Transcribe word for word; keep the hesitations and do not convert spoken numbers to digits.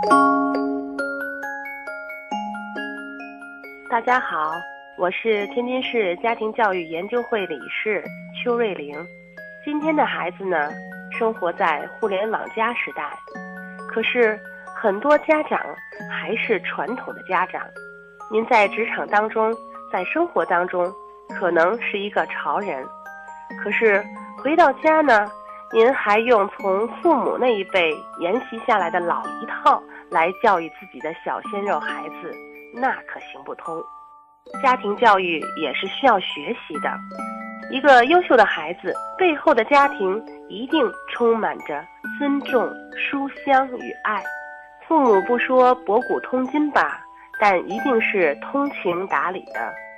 大家好，我是天津市家庭教育研究会理事邱瑞玲。今天的孩子呢，生活在互联网加时代，可是很多家长还是传统的家长。您在职场当中，在生活当中，可能是一个潮人，可是回到家呢，您还用从父母那一辈沿袭下来的老一套来教育自己的小鲜肉孩子，那可行不通。家庭教育也是需要学习的，一个优秀的孩子背后的家庭一定充满着尊重、书香与爱。父母不说博古通今吧，但一定是通情达理的。